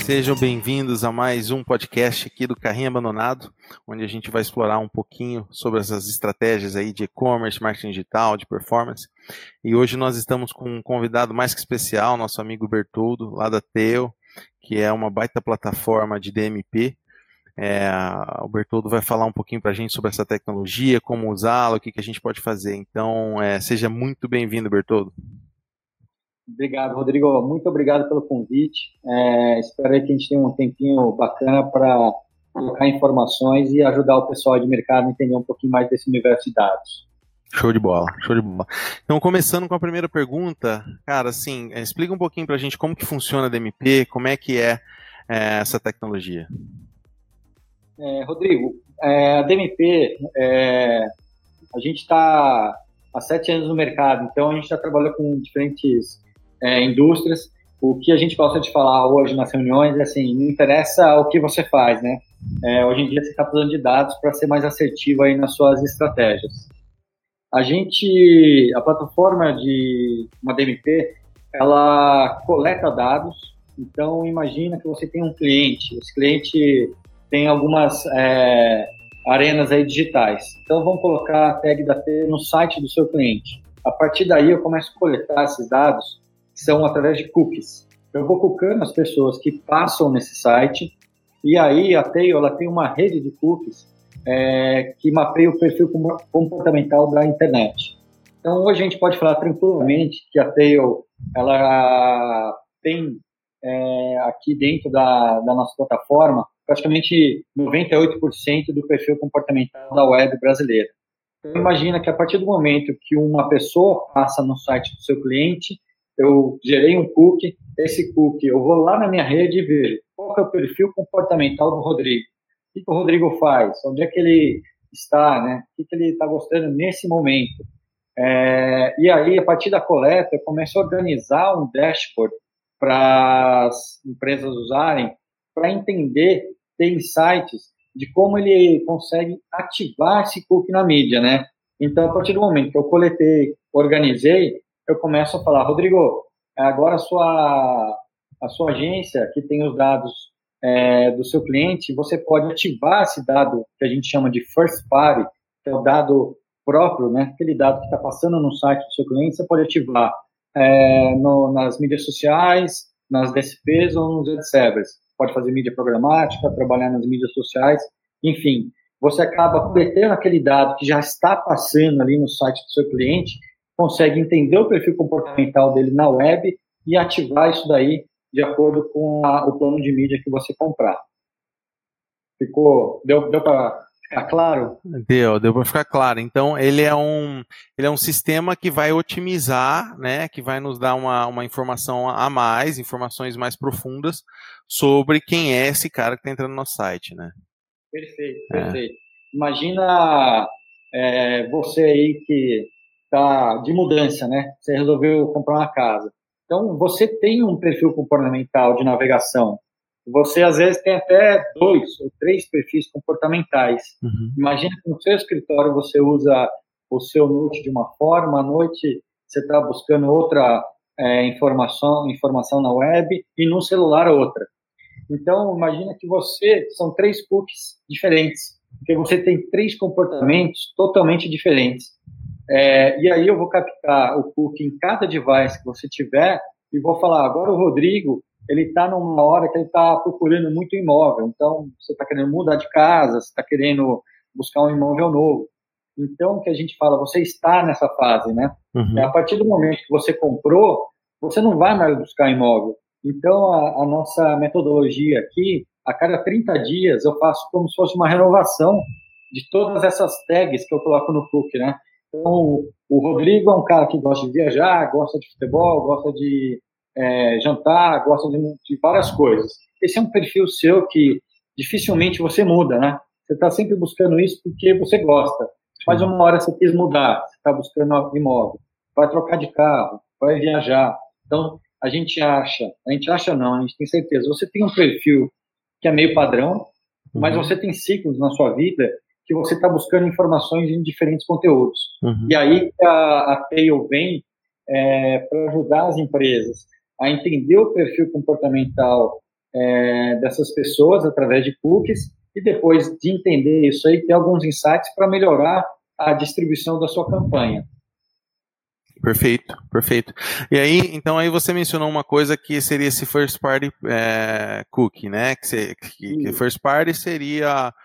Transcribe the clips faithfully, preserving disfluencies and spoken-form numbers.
Sejam bem-vindos a mais um podcast aqui do Carrinho Abandonado, onde a gente vai explorar um pouquinho sobre essas estratégias aí de e-commerce, marketing digital, de performance. E hoje nós estamos com um convidado mais que especial, nosso amigo Bertoldo, lá da Theo, que é uma baita plataforma de D M P. É, o Bertoldo vai falar um pouquinho para a gente sobre essa tecnologia, como usá-la, o que, que a gente pode fazer. Então, é, seja muito bem-vindo, Bertoldo. Obrigado, Rodrigo. Muito obrigado pelo convite. É, espero que a gente tenha um tempinho bacana para colocar informações e ajudar o pessoal de mercado a entender um pouquinho mais desse universo de dados. Show de bola, show de bola. Então, começando com a primeira pergunta, cara, assim, explica um pouquinho para a gente como que funciona a D M P, como é que é, é essa tecnologia. É, Rodrigo, é, a D M P, é, a gente está há sete anos no mercado, então a gente já trabalhou com diferentes é, indústrias. O que a gente gosta de falar hoje nas reuniões é assim, não interessa o que você faz, né? É, hoje em dia você está precisando de dados para ser mais assertivo aí nas suas estratégias. A gente, a plataforma de uma D M P, ela coleta dados. Então imagina que você tem um cliente, esse cliente tem algumas é, arenas aí digitais. Então vamos colocar a tag da T no site do seu cliente. A partir daí eu começo a coletar esses dados, que são através de cookies. Eu vou cucando as pessoas que passam nesse site, e aí a Tail, ela tem uma rede de cookies é, que mapeia o perfil comportamental da internet. Então hoje a gente pode falar tranquilamente que a Tail, ela tem é, aqui dentro da, da nossa plataforma praticamente noventa e oito por cento do perfil comportamental da web brasileira. Então imagina que a partir do momento que uma pessoa passa no site do seu cliente, eu gerei um cookie, esse cookie eu vou lá na minha rede e vejo qual é o perfil comportamental do Rodrigo. O que, que o Rodrigo faz? Onde é que ele está, né? O que, que ele está gostando nesse momento? É, e aí, a partir da coleta, eu começo a organizar um dashboard para as empresas usarem, para entender, ter insights de como ele consegue ativar esse cookie na mídia, né? Então, a partir do momento que eu coletei, organizei, eu começo a falar, Rodrigo, agora a sua, a sua agência, que tem os dados é, do seu cliente, você pode ativar esse dado que a gente chama de first party, que é o dado próprio, né? Aquele dado que está passando no site do seu cliente, você pode ativar é, no, nas mídias sociais, nas D S Ps ou nos ad servers. Pode fazer mídia programática, trabalhar nas mídias sociais, enfim. Você acaba coletando aquele dado que já está passando ali no site do seu cliente, consegue entender o perfil comportamental dele na web e ativar isso daí de acordo com a, o plano de mídia que você comprar. Ficou? Deu, deu para ficar claro? Deu, deu para ficar claro. Então, ele é um, ele é um sistema que vai otimizar, né, que vai nos dar uma, uma informação a mais, informações mais profundas sobre quem é esse cara que está entrando no nosso site, né? Perfeito, perfeito. É. Imagina é, você aí que está de mudança, né? Você resolveu comprar uma casa. Então, você tem um perfil comportamental de navegação. Você, às vezes, tem até dois ou três perfis comportamentais. Uhum. Imagina que no seu escritório você usa o seu note de uma forma, à noite você está buscando outra é, informação, informação na web e no celular outra. Então, imagina que você, são três cookies diferentes, porque você tem três comportamentos totalmente diferentes. É, e aí eu vou captar o cookie em cada device que você tiver e vou falar, agora o Rodrigo, ele está numa hora que ele está procurando muito imóvel. Então, você está querendo mudar de casa, você está querendo buscar um imóvel novo. Então, o que a gente fala, você está nessa fase, né? Uhum. A partir do momento que você comprou, você não vai mais buscar imóvel. Então, a, a nossa metodologia aqui, a cada trinta dias, eu faço como se fosse uma renovação de todas essas tags que eu coloco no cookie, né? Então, o Rodrigo é um cara que gosta de viajar, gosta de futebol, gosta de é, jantar, gosta de, de várias coisas. Esse é um perfil seu que dificilmente você muda, né? Você está sempre buscando isso porque você gosta. Mas uma hora você quis mudar, você está buscando imóvel, vai trocar de carro, vai viajar. Então, a gente acha, a gente acha não, a gente tem certeza, você tem um perfil que é meio padrão, uhum. mas você tem ciclos na sua vida que você está buscando informações em diferentes conteúdos. Uhum. E aí a, a Tail vem é, para ajudar as empresas a entender o perfil comportamental é, dessas pessoas através de cookies e depois de entender isso aí, ter alguns insights para melhorar a distribuição da sua campanha. Perfeito, perfeito. E aí, então aí você mencionou uma coisa que seria esse first party é, cookie, né? Que, se, que, que first party seria,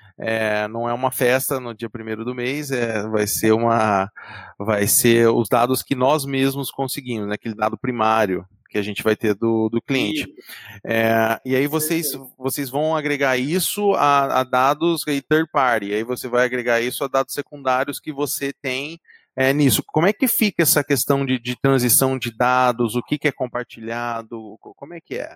é, não é uma festa no dia primeiro do mês, é, vai ser uma, vai ser os dados que nós mesmos conseguimos, né? Aquele dado primário que a gente vai ter do, do cliente. É, e aí vocês, vocês vão agregar isso a, a dados aí third party, aí você vai agregar isso a dados secundários que você tem É, nisso. Como é que fica essa questão de, de transição de dados? O que, que é compartilhado? Como é que é?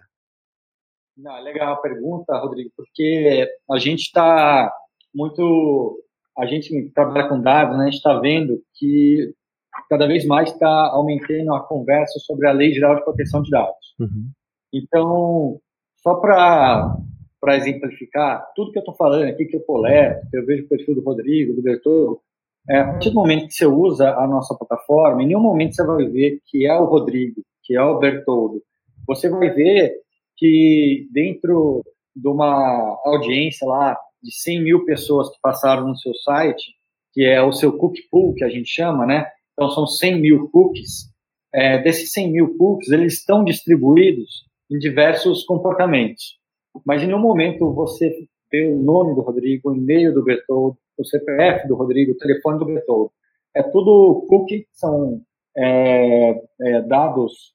Não, legal a pergunta, Rodrigo, porque a gente está muito... A gente trabalha com dados, né? A gente está vendo que cada vez mais está aumentando a conversa sobre a Lei Geral de Proteção de Dados. Uhum. Então, só para para exemplificar, tudo que eu estou falando aqui, que eu coleto, que eu vejo o perfil do Rodrigo, do Bertoldo, É, a partir do momento que você usa a nossa plataforma, em nenhum momento você vai ver que é o Rodrigo, que é o Bertoldo. Você vai ver que dentro de uma audiência lá de cem mil pessoas que passaram no seu site, que é o seu cookie pool, que a gente chama, né? Então, são cem mil cookies. É, desses cem mil cookies, eles estão distribuídos em diversos comportamentos. Mas em nenhum momento você vê o nome do Rodrigo, o e-mail do Bertoldo, o C P F do Rodrigo, o telefone do Bertoldo. É tudo cookie, são é, é, dados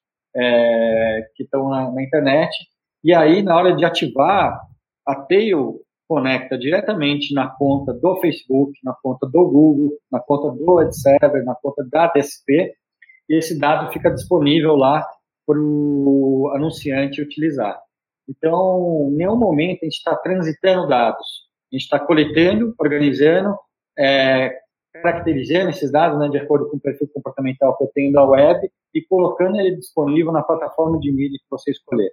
é, que estão na, na internet, e aí, na hora de ativar, a Tail conecta diretamente na conta do Facebook, na conta do Google, na conta do AdServer, na conta da D S P, e esse dado fica disponível lá para o anunciante utilizar. Então, em nenhum momento a gente está transitando dados. A gente está coletando, organizando, é, caracterizando esses dados, né, de acordo com o perfil comportamental que eu tenho da web e colocando ele disponível na plataforma de mídia que você escolher.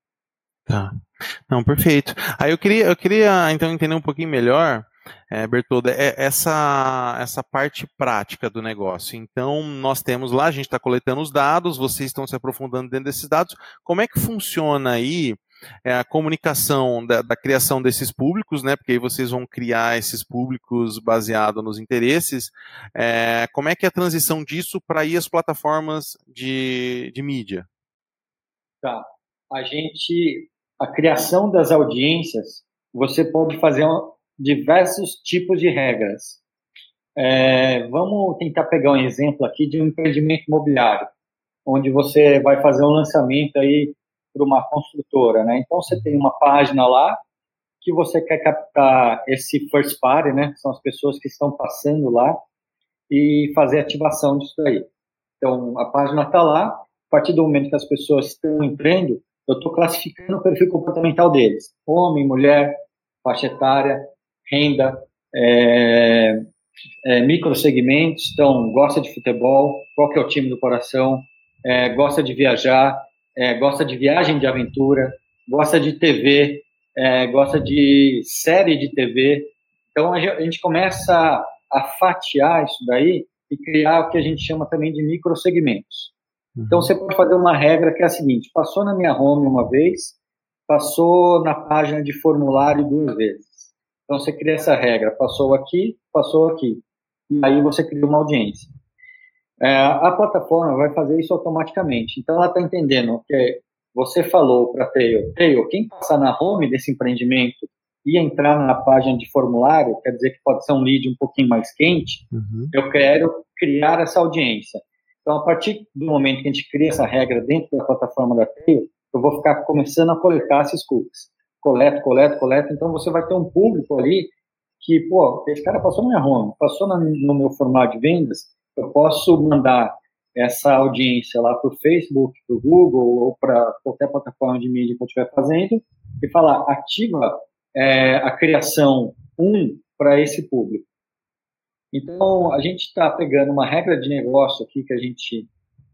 Tá. Não, perfeito. Aí eu queria, eu queria então entender um pouquinho melhor, é, Bertoldo, é, essa, essa parte prática do negócio. Então, nós temos lá, a gente está coletando os dados, vocês estão se aprofundando dentro desses dados. Como é que funciona aí é, a comunicação da, da criação desses públicos, né? Porque aí vocês vão criar esses públicos baseado nos interesses. É, como é que é a transição disso para ir às plataformas de, de mídia? Tá. A gente, a criação das audiências, você pode fazer um, diversos tipos de regras. É, vamos tentar pegar um exemplo aqui de um empreendimento imobiliário, onde você vai fazer um lançamento aí para uma construtora, né? Então, você tem uma página lá que você quer captar esse first party, né? São as pessoas que estão passando lá e fazer ativação disso aí. Então, a página está lá, a partir do momento que as pessoas estão entrando, eu estou classificando o perfil comportamental deles. Homem, mulher, faixa etária, renda, é, é, microsegmentos, então, gosta de futebol, qual que é o time do coração, é, gosta de viajar, é, gosta de viagem de aventura, gosta de T V, é, gosta de série de T V. Então, a gente começa a fatiar isso daí e criar o que a gente chama também de microsegmentos. Uhum. Então, você pode fazer uma regra que é a seguinte: passou na minha home uma vez, passou na página de formulário duas vezes. Então, você cria essa regra: passou aqui, passou aqui. E aí você cria uma audiência. É, a plataforma vai fazer isso automaticamente. Então, ela está entendendo que você falou para a Tail, Tail, quem passar na home desse empreendimento e entrar na página de formulário, quer dizer que pode ser um lead um pouquinho mais quente, uhum. Eu quero criar essa audiência. Então, a partir do momento que a gente cria essa regra dentro da plataforma da Tail, eu vou ficar começando a coletar esses cookies. Coleto, coleto, coleto. Então, você vai ter um público ali que, pô, esse cara passou na minha home, passou na, no meu formulário de vendas, eu posso mandar essa audiência lá para o Facebook, para o Google ou para qualquer plataforma de mídia que eu estiver fazendo e falar, ativa é, a criação um para esse público. Então, a gente está pegando uma regra de negócio aqui que a gente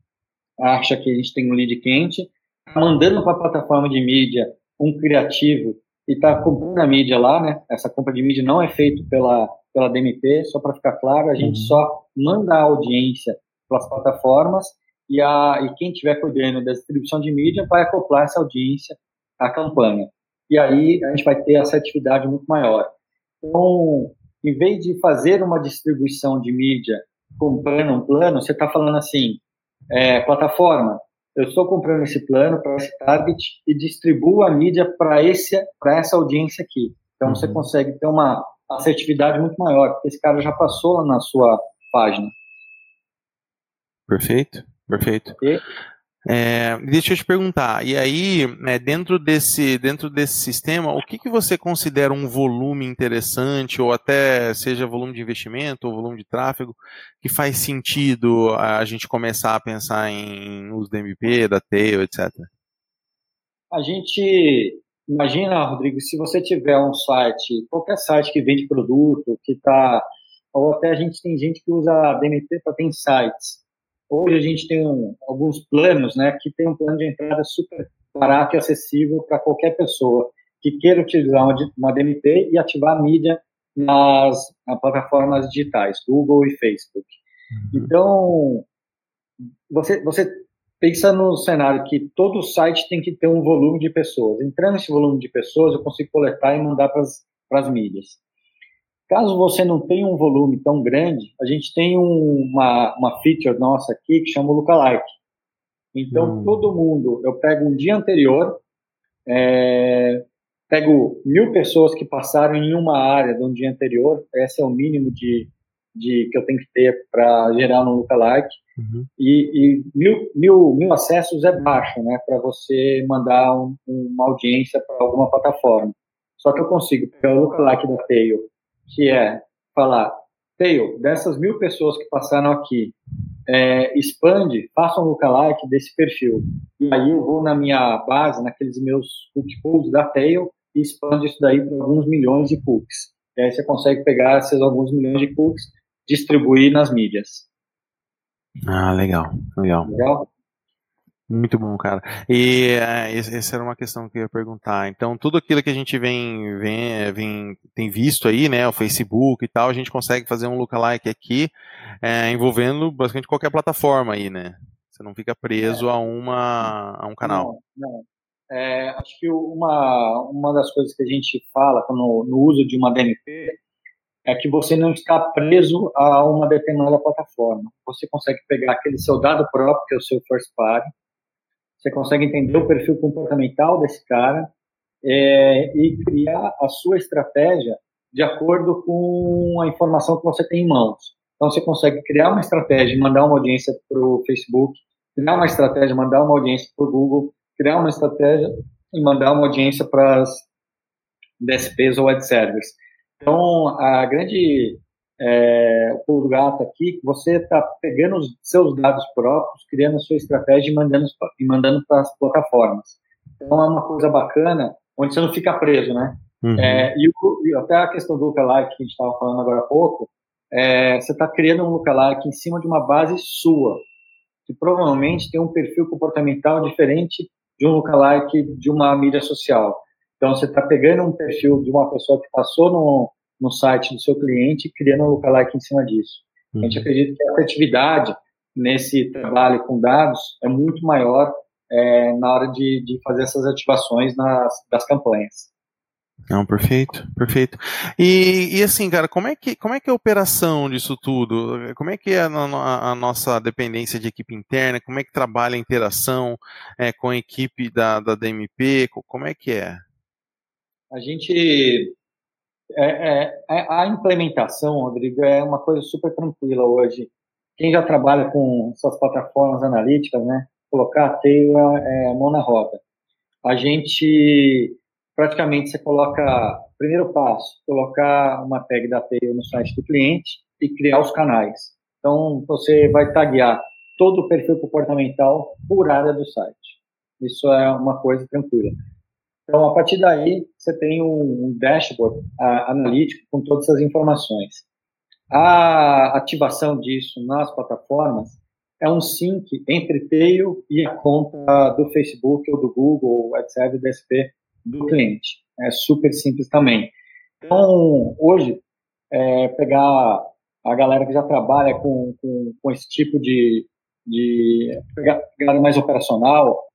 acha que a gente tem um lead quente, mandando para a plataforma de mídia um criativo e está comprando a mídia lá, né? Essa compra de mídia não é feita pela, pela D M P, só para ficar claro, a gente uhum. só manda a audiência para as plataformas e, a, e quem estiver cuidando da distribuição de mídia vai acoplar essa audiência a campanha. E aí a gente vai ter assertividade muito maior. Então, em vez de fazer uma distribuição de mídia comprando um plano, você está falando assim, é, plataforma, eu estou comprando esse plano para esse target e distribuo a mídia para essa audiência aqui. Então, uhum. você consegue ter uma assertividade muito maior, porque esse cara já passou lá na sua página. Perfeito, perfeito. E? É, deixa eu te perguntar, e aí, né, dentro desse, dentro desse sistema, o que, que você considera um volume interessante, ou até seja volume de investimento, ou volume de tráfego, que faz sentido a gente começar a pensar em uso da M P, da Tail, etcétera? A gente, imagina, Rodrigo, se você tiver um site, qualquer site que vende produto, que está, ou até a gente tem gente que usa a D M P para ter insights. Hoje a gente tem um, alguns planos, né, que tem um plano de entrada super barato e acessível para qualquer pessoa que queira utilizar uma, uma D M P e ativar a mídia nas, nas plataformas digitais, Google e Facebook. Uhum. Então, você, você pensa no cenário que todo site tem que ter um volume de pessoas. Entrando nesse volume de pessoas, eu consigo coletar e mandar para as mídias. Caso você não tenha um volume tão grande, a gente tem um, uma, uma feature nossa aqui que chama o Lookalike. Então, hum. todo mundo, eu pego um dia anterior, é, pego mil pessoas que passaram em uma área de um dia anterior, esse é o mínimo de, de que eu tenho que ter para gerar no Lookalike, uhum. e, e mil, mil, mil acessos é baixo, né, para você mandar um, uma audiência para alguma plataforma. Só que eu consigo pegar o Lookalike da Tail, que é falar, Tail, dessas mil pessoas que passaram aqui, é, expande, faça um lookalike desse perfil. E aí eu vou na minha base, naqueles meus cookie pools da Tail, e expande isso daí para alguns milhões de cookies. E aí você consegue pegar esses alguns milhões de cookies, distribuir nas mídias. Ah, legal, legal. Legal? Muito bom, cara. E uh, essa era uma questão que eu ia perguntar. Então, tudo aquilo que a gente vem, vem, vem tem visto aí, né, o Facebook e tal, a gente consegue fazer um lookalike aqui, é, envolvendo basicamente qualquer plataforma aí, né? Você não fica preso é. a, uma, a um canal. Não, não. É, acho que uma, uma das coisas que a gente fala no, no uso de uma D M P é que você não está preso a uma determinada plataforma. Você consegue pegar aquele seu dado próprio, que é o seu first party, você consegue entender o perfil comportamental desse cara é, e criar a sua estratégia de acordo com a informação que você tem em mãos. Então, você consegue criar uma estratégia e mandar uma audiência para o Facebook, criar uma estratégia e mandar uma audiência para o Google, criar uma estratégia e mandar uma audiência para as D S Ps ou ad servers. Então, a grande... É, o pulo do gato aqui, que você está pegando os seus dados próprios, criando a sua estratégia e mandando, e mandando para as plataformas. Então, é uma coisa bacana, onde você não fica preso, né? Uhum. É, e, o, e até a questão do lookalike que a gente estava falando agora há pouco, é, você está criando um lookalike em cima de uma base sua, que provavelmente tem um perfil comportamental diferente de um lookalike de uma mídia social. Então, você está pegando um perfil de uma pessoa que passou no no site do seu cliente, criando um lookalike em cima disso. Uhum. A gente acredita que a efetividade nesse trabalho com dados é muito maior é, na hora de, de fazer essas ativações nas, das campanhas. Não, perfeito, perfeito. E, e assim, cara, como é, que, como é que é a operação disso tudo? Como é que é a, a, a nossa dependência de equipe interna? Como é que trabalha a interação é, com a equipe da, da D M P? Como é que é? A gente... É, é, a implementação, Rodrigo, é uma coisa super tranquila hoje. Quem já trabalha com essas plataformas analíticas, né, colocar a Tail é mão na roda. A gente, praticamente, você coloca, primeiro passo, colocar uma tag da Tail no site do cliente e criar os canais. Então, você vai taguear todo o perfil comportamental por área do site. Isso é uma coisa tranquila. Então, a partir daí, você tem um dashboard uh, analítico com todas essas informações. A ativação disso nas plataformas é um sync entre Tail e a conta do Facebook ou do Google, etcétera, D S P do cliente. É super simples também. Então, hoje, é, pegar a galera que já trabalha com, com, com esse tipo de, de pegar, pegar mais operacional,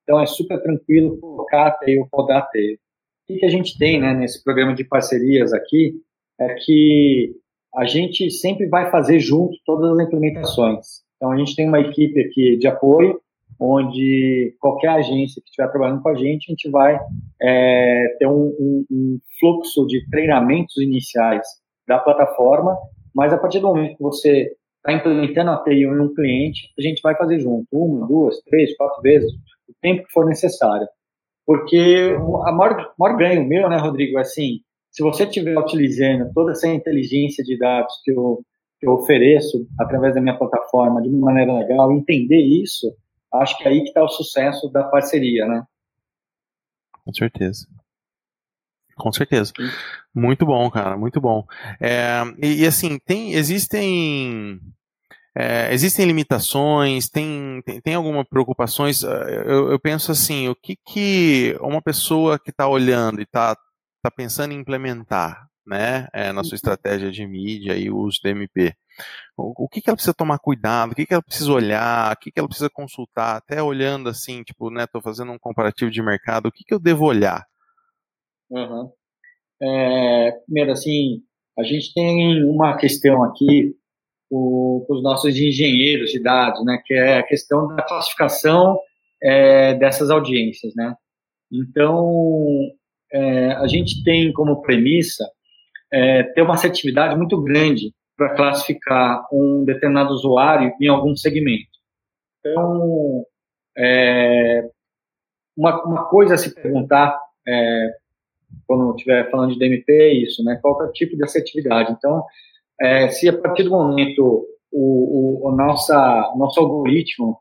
Então é super tranquilo colocar a T E I ou rodar a T E I. O que, que a gente tem, né, nesse programa de parcerias aqui é que a gente sempre vai fazer junto todas as implementações. Então a gente tem uma equipe aqui de apoio, onde qualquer agência que estiver trabalhando com a gente, a gente vai é, ter um, um, um fluxo de treinamentos iniciais da plataforma, mas a partir do momento que você está implementando a T I em um cliente, a gente vai fazer junto, uma, duas, três, quatro vezes, o tempo que for necessário. Porque a maior, maior ganho meu, né, Rodrigo, é assim, se você estiver utilizando toda essa inteligência de dados que eu, que eu ofereço através da minha plataforma de uma maneira legal, entender isso, acho que é aí que está o sucesso da parceria, né? Com certeza. Com certeza. Muito bom, cara, muito bom. É, e, e assim, tem, existem... É, existem limitações, tem, tem, tem algumas preocupações? Eu, eu penso assim, o que, que uma pessoa que está olhando e está tá pensando em implementar, né, é, na sua estratégia de mídia e o uso do M P, o, o que, que ela precisa tomar cuidado, o que, que ela precisa olhar, o que, que ela precisa consultar, até olhando assim, tipo, né, estou fazendo um comparativo de mercado, o que, que eu devo olhar? Uhum. É, primeiro, assim, a gente tem uma questão aqui com os nossos engenheiros de dados, né, que é a questão da classificação é, dessas audiências, né. Então, é, a gente tem como premissa é, ter uma assertividade muito grande para classificar um determinado usuário em algum segmento. Então, é, uma, uma coisa a se perguntar é, quando estiver falando de D M P é isso, né? Qual é o tipo de assertividade? Então, é, se a partir do momento o, o, o nossa, nosso algoritmo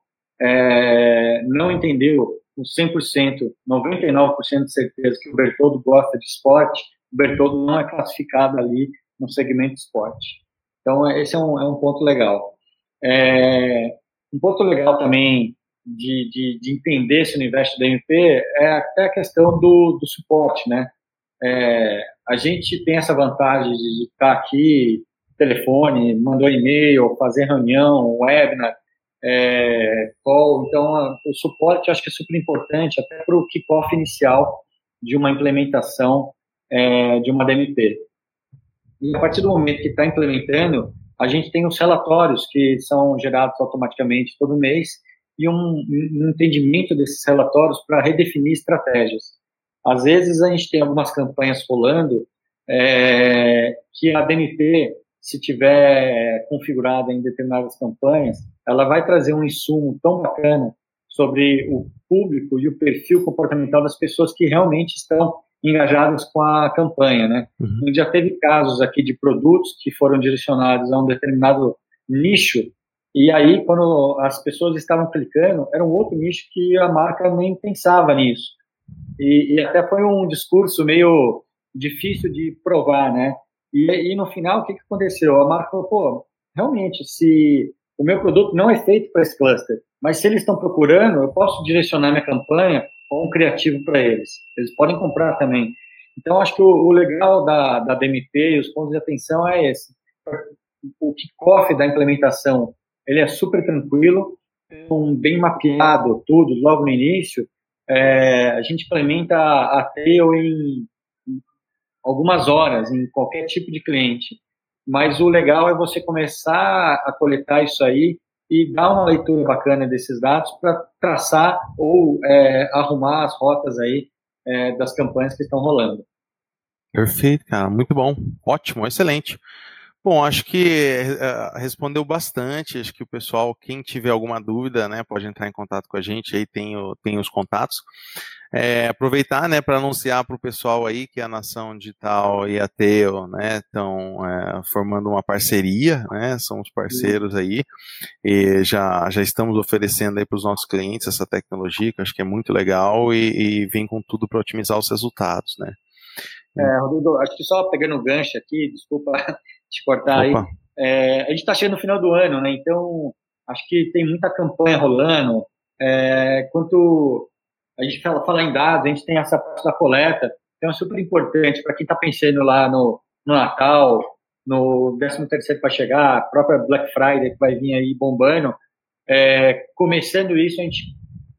é, não entendeu com cem por cento, noventa e nove por cento de certeza que o Bertoldo gosta de esporte, o Bertoldo não é classificado ali no segmento de esporte. Então, esse é um, é um ponto legal. É, um ponto legal também de, de, de entender esse universo da D M P é até a questão do, do suporte, né? É, a gente tem essa vantagem de estar aqui, telefone, mandou e-mail, fazer reunião, webinar, é, call. Então, a, o suporte eu acho que é super importante até para o kickoff inicial de uma implementação é, de uma D M P. E a partir do momento que está implementando, a gente tem os relatórios que são gerados automaticamente todo mês e um, um entendimento desses relatórios para redefinir estratégias. Às vezes a gente tem algumas campanhas rolando é, que a D M P, se tiver configurada em determinadas campanhas, ela vai trazer um insumo tão bacana sobre o público e o perfil comportamental das pessoas que realmente estão engajadas com a campanha, né? Uhum. A gente já teve casos aqui de produtos que foram direcionados a um determinado nicho e aí, quando as pessoas estavam clicando, era um outro nicho que a marca nem pensava nisso. E, e até foi um discurso meio difícil de provar, né? E, e no final, o que, que aconteceu? A marca falou, pô, realmente, se o meu produto não é feito para esse cluster, mas se eles estão procurando, eu posso direcionar minha campanha com um criativo para eles. Eles podem comprar também. Então, acho que o, o legal da, da D M P e os pontos de atenção é esse. O kickoff da implementação, ele é super tranquilo, um, bem mapeado tudo logo no início. É, a gente implementa a Tail em algumas horas, em qualquer tipo de cliente. Mas o legal é você começar a coletar isso aí e dar uma leitura bacana desses dados para traçar ou é, arrumar as rotas aí é, das campanhas que estão rolando. Perfeito, cara. Muito bom. Ótimo, excelente. Bom, acho que uh, respondeu bastante. Acho que o pessoal, quem tiver alguma dúvida, né, pode entrar em contato com a gente. Aí tem, o, tem os contatos. É, aproveitar, né, para anunciar para o pessoal aí que a Nação Digital e a Tail, né, estão é, formando uma parceria, né, são os parceiros aí, e já, já estamos oferecendo aí para os nossos clientes essa tecnologia, que eu acho que é muito legal e, e vem com tudo para otimizar os resultados, né. É, Rodrigo, acho que só pegando o gancho aqui, desculpa te cortar Opa. aí, é, a gente está chegando no final do ano, né, então acho que tem muita campanha rolando, é, quanto a gente fala, fala em dados, a gente tem essa parte da coleta, então é super importante para quem está pensando lá no, no Natal, no décimo terceiro para chegar, a própria Black Friday que vai vir aí bombando, é, começando isso, a gente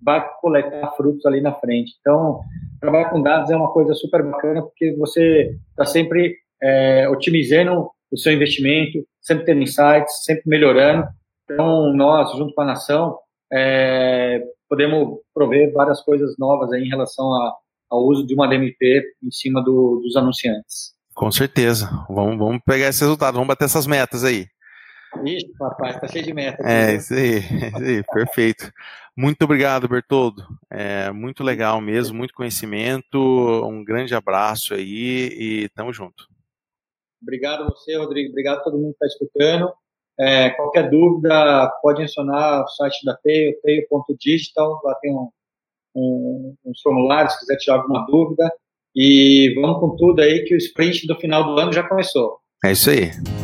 vai coletar frutos ali na frente. Então, trabalhar com dados é uma coisa super bacana, porque você está sempre é, otimizando o seu investimento, sempre tendo insights, sempre melhorando. Então, nós, junto com a nação, é, podemos prover várias coisas novas aí em relação a, ao uso de uma D M P em cima do, dos anunciantes. Com certeza. Vamos, vamos pegar esse resultado, vamos bater essas metas aí. Ixi, papai, tá cheio de metas. É, isso aí, é isso aí, perfeito. Muito obrigado, Bertoldo. É muito legal mesmo, muito conhecimento. Um grande abraço aí e tamo junto. Obrigado a você, Rodrigo. Obrigado a todo mundo que está escutando. É, qualquer dúvida, pode adicionar o site da Teio, teio ponto digital. Lá tem um, um, uns formulários, se quiser tirar alguma dúvida. E vamos com tudo aí, que o sprint do final do ano já começou. É isso aí.